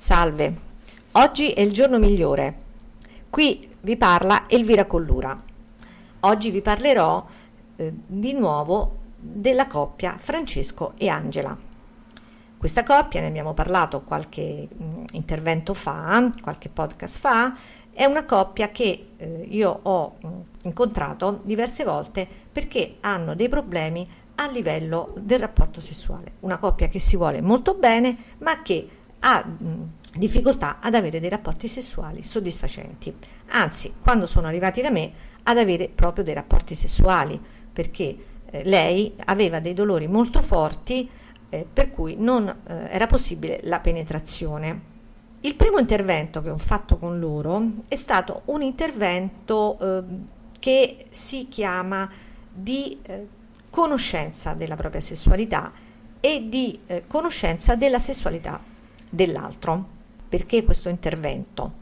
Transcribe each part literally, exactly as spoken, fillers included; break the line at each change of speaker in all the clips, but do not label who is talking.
Salve, oggi è il giorno migliore. Qui vi parla Elvira Collura. Oggi vi parlerò eh, di nuovo della coppia Francesco e Angela. Questa coppia, ne abbiamo parlato qualche mh, intervento fa, qualche podcast fa, è una coppia che eh, io ho mh, incontrato diverse volte perché hanno dei problemi a livello del rapporto sessuale. Una coppia che si vuole molto bene, ma che ha mh, difficoltà ad avere dei rapporti sessuali soddisfacenti. Anzi, quando sono arrivati da me, ad avere proprio dei rapporti sessuali, perché eh, lei aveva dei dolori molto forti, eh, per cui non eh, era possibile la penetrazione. Il primo intervento che ho fatto con loro è stato un intervento eh, che si chiama di eh, conoscenza della propria sessualità e di eh, conoscenza della sessualità dell'altro. Perché questo intervento?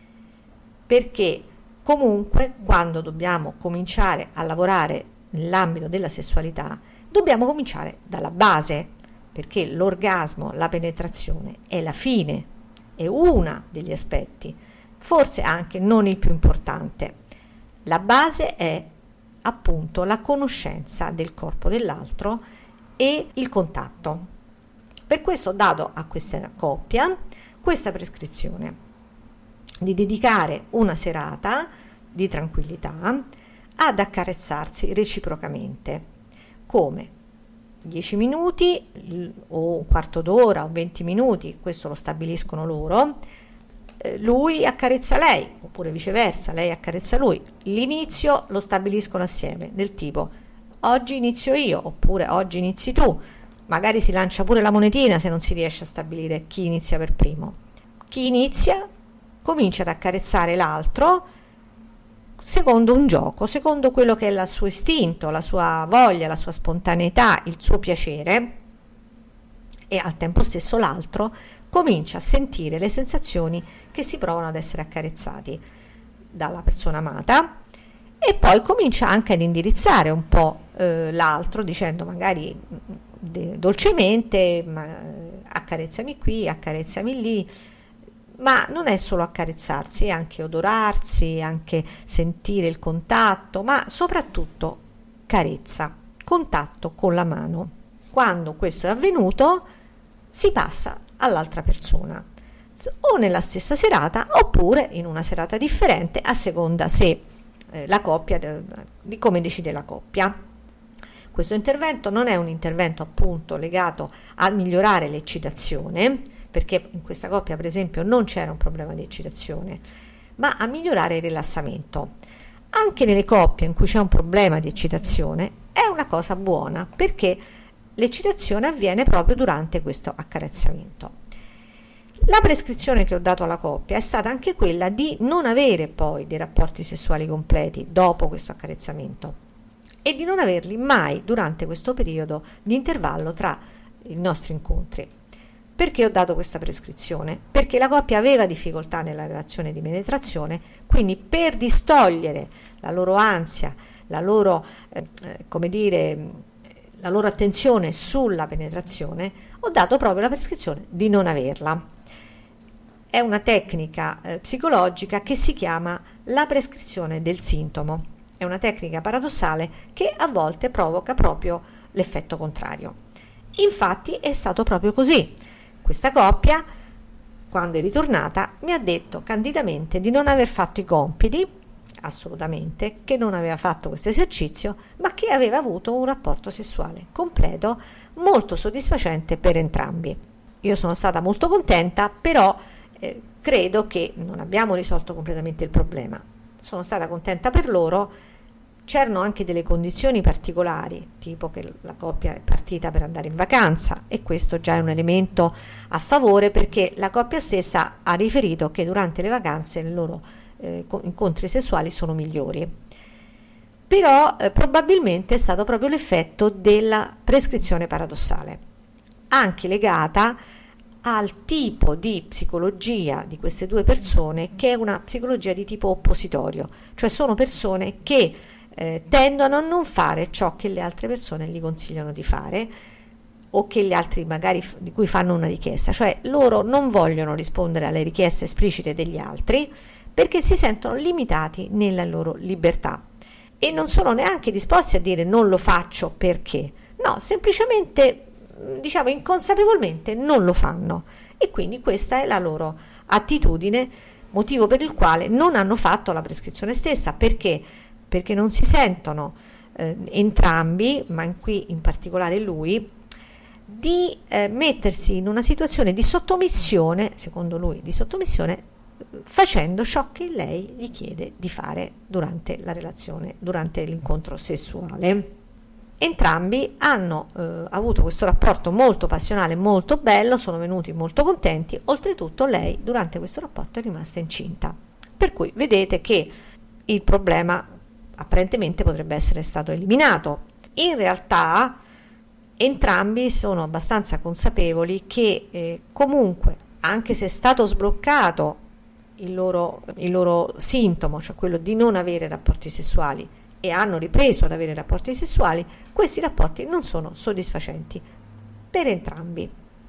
Perché comunque quando dobbiamo cominciare a lavorare nell'ambito della sessualità dobbiamo cominciare dalla base, perché l'orgasmo, la penetrazione è la fine, è uno degli aspetti, forse anche non il più importante. La base è appunto la conoscenza del corpo dell'altro e il contatto. Per questo ho dato a questa coppia questa prescrizione di dedicare una serata di tranquillità ad accarezzarsi reciprocamente. Come? dieci minuti o un quarto d'ora o venti minuti, questo lo stabiliscono loro. Lui accarezza lei, oppure viceversa, lei accarezza lui. L'inizio lo stabiliscono assieme, del tipo oggi inizio io, oppure oggi inizi tu. Magari si lancia pure la monetina se non si riesce a stabilire chi inizia per primo. Chi inizia comincia ad accarezzare l'altro secondo un gioco, secondo quello che è il suo istinto, la sua voglia, la sua spontaneità, il suo piacere, e al tempo stesso l'altro comincia a sentire le sensazioni che si provano ad essere accarezzati dalla persona amata, e poi comincia anche ad indirizzare un po' eh, l'altro, dicendo magari de- dolcemente ma, accarezzami qui, accarezzami lì. Ma non è solo accarezzarsi, è anche odorarsi, anche sentire il contatto, ma soprattutto carezza, contatto con la mano. Quando questo è avvenuto si passa all'altra persona, o nella stessa serata oppure in una serata differente, a seconda se eh, la coppia, di come decide la coppia. Questo intervento non è un intervento appunto legato a migliorare l'eccitazione, perché in questa coppia per esempio non c'era un problema di eccitazione, ma a migliorare il rilassamento. Anche nelle coppie in cui c'è un problema di eccitazione è una cosa buona, perché l'eccitazione avviene proprio durante questo accarezzamento. La prescrizione che ho dato alla coppia è stata anche quella di non avere poi dei rapporti sessuali completi dopo questo accarezzamento e di non averli mai durante questo periodo di intervallo tra i nostri incontri. Perché ho dato questa prescrizione? Perché la coppia aveva difficoltà nella relazione di penetrazione, quindi per distogliere la loro ansia, la loro, eh, come dire, la loro attenzione sulla penetrazione, ho dato proprio la prescrizione di non averla. È una tecnica eh, psicologica che si chiama la prescrizione del sintomo. È una tecnica paradossale che a volte provoca proprio l'effetto contrario. Infatti è stato proprio così. Questa coppia, quando è ritornata, mi ha detto candidamente di non aver fatto i compiti, assolutamente, che non aveva fatto questo esercizio, ma che aveva avuto un rapporto sessuale completo, molto soddisfacente per entrambi. Io sono stata molto contenta, però eh, credo che non abbiamo risolto completamente il problema. Sono stata contenta per loro. C'erano anche delle condizioni particolari, tipo che la coppia è partita per andare in vacanza, e questo già è un elemento a favore, perché la coppia stessa ha riferito che durante le vacanze i loro eh, incontri sessuali sono migliori. Però eh, probabilmente è stato proprio l'effetto della prescrizione paradossale, anche legata al tipo di psicologia di queste due persone, che è una psicologia di tipo oppositorio, cioè sono persone che Eh, tendono a non fare ciò che le altre persone gli consigliano di fare, o che gli altri magari f- di cui fanno una richiesta, cioè loro non vogliono rispondere alle richieste esplicite degli altri perché si sentono limitati nella loro libertà e non sono neanche disposti a dire non lo faccio perché, no, semplicemente diciamo inconsapevolmente non lo fanno e quindi questa è la loro attitudine, motivo per il quale non hanno fatto la prescrizione stessa. Perché? Perché non si sentono eh, entrambi, ma in qui in particolare lui, di eh, mettersi in una situazione di sottomissione, secondo lui di sottomissione, facendo ciò che lei gli chiede di fare durante la relazione, durante l'incontro sessuale. Entrambi hanno eh, avuto questo rapporto molto passionale, molto bello, sono venuti molto contenti, oltretutto lei durante questo rapporto è rimasta incinta. Per cui vedete che il problema apparentemente potrebbe essere stato eliminato. In realtà entrambi sono abbastanza consapevoli che eh, comunque, anche se è stato sbloccato il loro, il loro sintomo, cioè quello di non avere rapporti sessuali, e hanno ripreso ad avere rapporti sessuali, questi rapporti non sono soddisfacenti per entrambi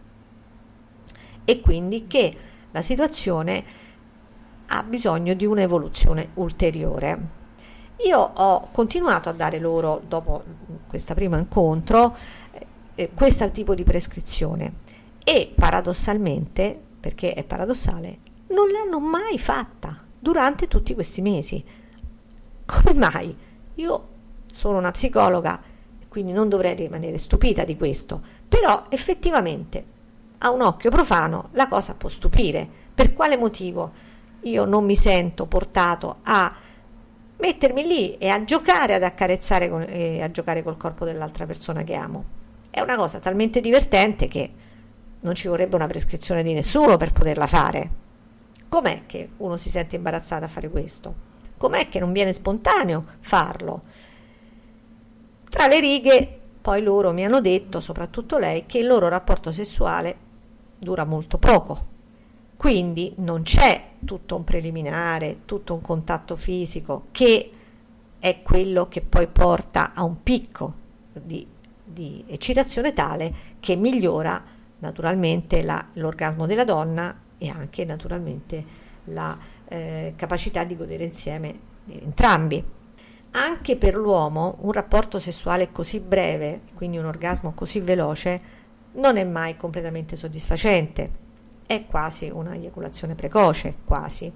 e quindi che la situazione ha bisogno di un'evoluzione ulteriore. Io ho continuato a dare loro, dopo questo primo incontro, eh, questo tipo di prescrizione e paradossalmente, perché è paradossale, non l'hanno mai fatta durante tutti questi mesi. Come mai? Io sono una psicologa, quindi non dovrei rimanere stupita di questo, però effettivamente a un occhio profano la cosa può stupire. Per quale motivo io non mi sento portato a mettermi lì e a giocare, ad accarezzare con, e a giocare col corpo dell'altra persona che amo? È una cosa talmente divertente che non ci vorrebbe una prescrizione di nessuno per poterla fare. Com'è che uno si sente imbarazzato a fare questo? Com'è che non viene spontaneo farlo? Tra le righe, poi loro mi hanno detto, soprattutto lei, che il loro rapporto sessuale dura molto poco. Quindi non c'è tutto un preliminare, tutto un contatto fisico, che è quello che poi porta a un picco di, di eccitazione tale che migliora naturalmente la, l'orgasmo della donna e anche naturalmente la Eh, capacità di godere insieme di entrambi. Anche per l'uomo un rapporto sessuale così breve, quindi un orgasmo così veloce, non è mai completamente soddisfacente, è quasi una eiaculazione precoce, quasi.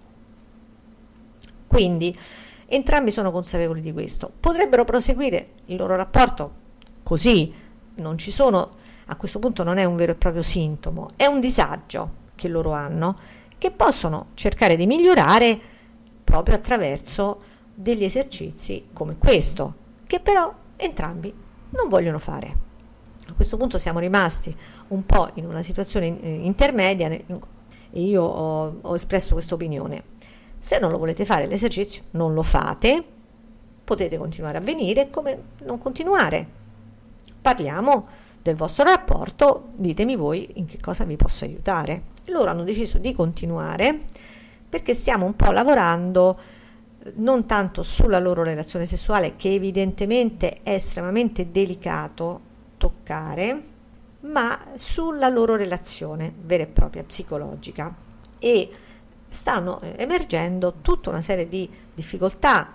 Quindi entrambi sono consapevoli di questo. Potrebbero proseguire il loro rapporto così, non ci sono, a questo punto non è un vero e proprio sintomo, è un disagio che loro hanno, che possono cercare di migliorare proprio attraverso degli esercizi come questo, che però entrambi non vogliono fare. A questo punto siamo rimasti un po' in una situazione intermedia e io ho, ho espresso questa opinione. Se non lo volete fare l'esercizio, non lo fate, potete continuare a venire come non continuare. Parliamo del vostro rapporto, ditemi voi in che cosa vi posso aiutare. Loro hanno deciso di continuare perché stiamo un po' lavorando non tanto sulla loro relazione sessuale, che evidentemente è estremamente delicato toccare, ma sulla loro relazione vera e propria psicologica, e stanno emergendo tutta una serie di difficoltà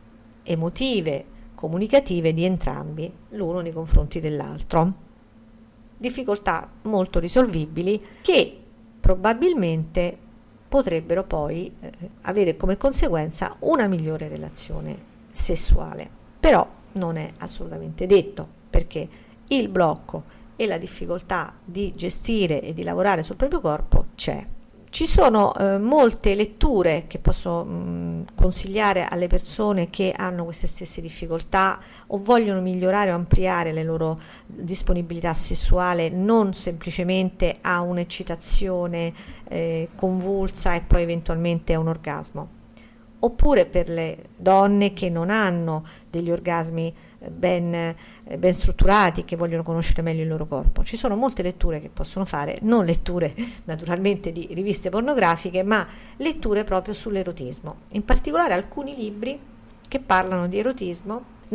emotive, comunicative di entrambi, l'uno nei confronti dell'altro, difficoltà molto risolvibili che probabilmente potrebbero poi eh, avere come conseguenza una migliore relazione sessuale. Però non è assolutamente detto, perché il blocco e la difficoltà di gestire e di lavorare sul proprio corpo c'è. Ci sono eh, molte letture che posso mh, consigliare alle persone che hanno queste stesse difficoltà o vogliono migliorare o ampliare le loro disponibilità sessuale, non semplicemente a un'eccitazione eh, convulsa e poi eventualmente a un orgasmo. Oppure per le donne che non hanno degli orgasmi ben, ben strutturati, che vogliono conoscere meglio il loro corpo. Ci sono molte letture che possono fare, non letture naturalmente di riviste pornografiche, ma letture proprio sull'erotismo. In particolare alcuni libri che parlano di erotismo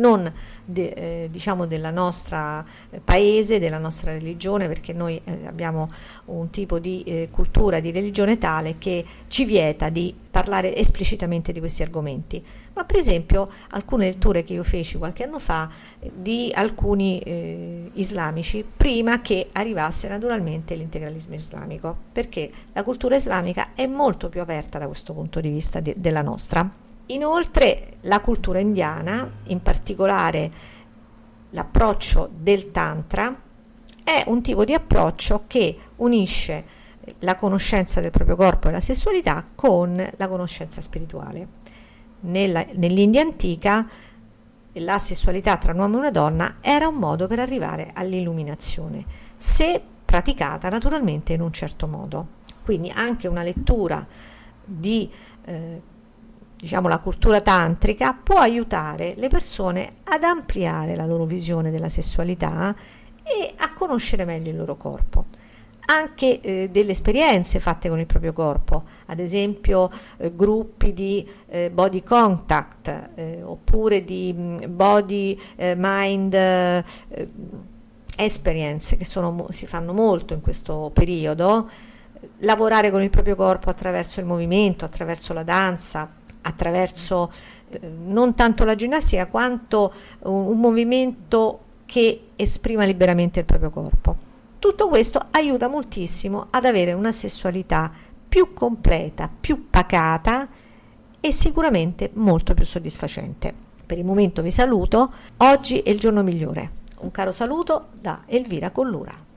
non de, eh, diciamo della nostra paese, della nostra religione, perché noi eh, abbiamo un tipo di eh, cultura, di religione tale che ci vieta di parlare esplicitamente di questi argomenti, ma per esempio alcune letture che io feci qualche anno fa eh, di alcuni eh, islamici prima che arrivasse naturalmente l'integralismo islamico, perché la cultura islamica è molto più aperta da questo punto di vista de- della nostra. Inoltre la cultura indiana, in particolare l'approccio del Tantra, è un tipo di approccio che unisce la conoscenza del proprio corpo e la sessualità con la conoscenza spirituale. Nella, nell'India antica la sessualità tra un uomo e una donna era un modo per arrivare all'illuminazione, se praticata naturalmente in un certo modo. Quindi anche una lettura di eh, diciamo la cultura tantrica può aiutare le persone ad ampliare la loro visione della sessualità e a conoscere meglio il loro corpo. Anche eh, delle esperienze fatte con il proprio corpo, ad esempio eh, gruppi di eh, body contact eh, oppure di mh, body eh, mind eh, experience, che sono, si fanno molto in questo periodo. Lavorare con il proprio corpo attraverso il movimento, attraverso la danza, attraverso eh, non tanto la ginnastica quanto un, un movimento che esprima liberamente il proprio corpo. Tutto questo aiuta moltissimo ad avere una sessualità più completa, più pacata e sicuramente molto più soddisfacente. Per il momento vi saluto, oggi è il giorno migliore. Un caro saluto da Elvira Collura.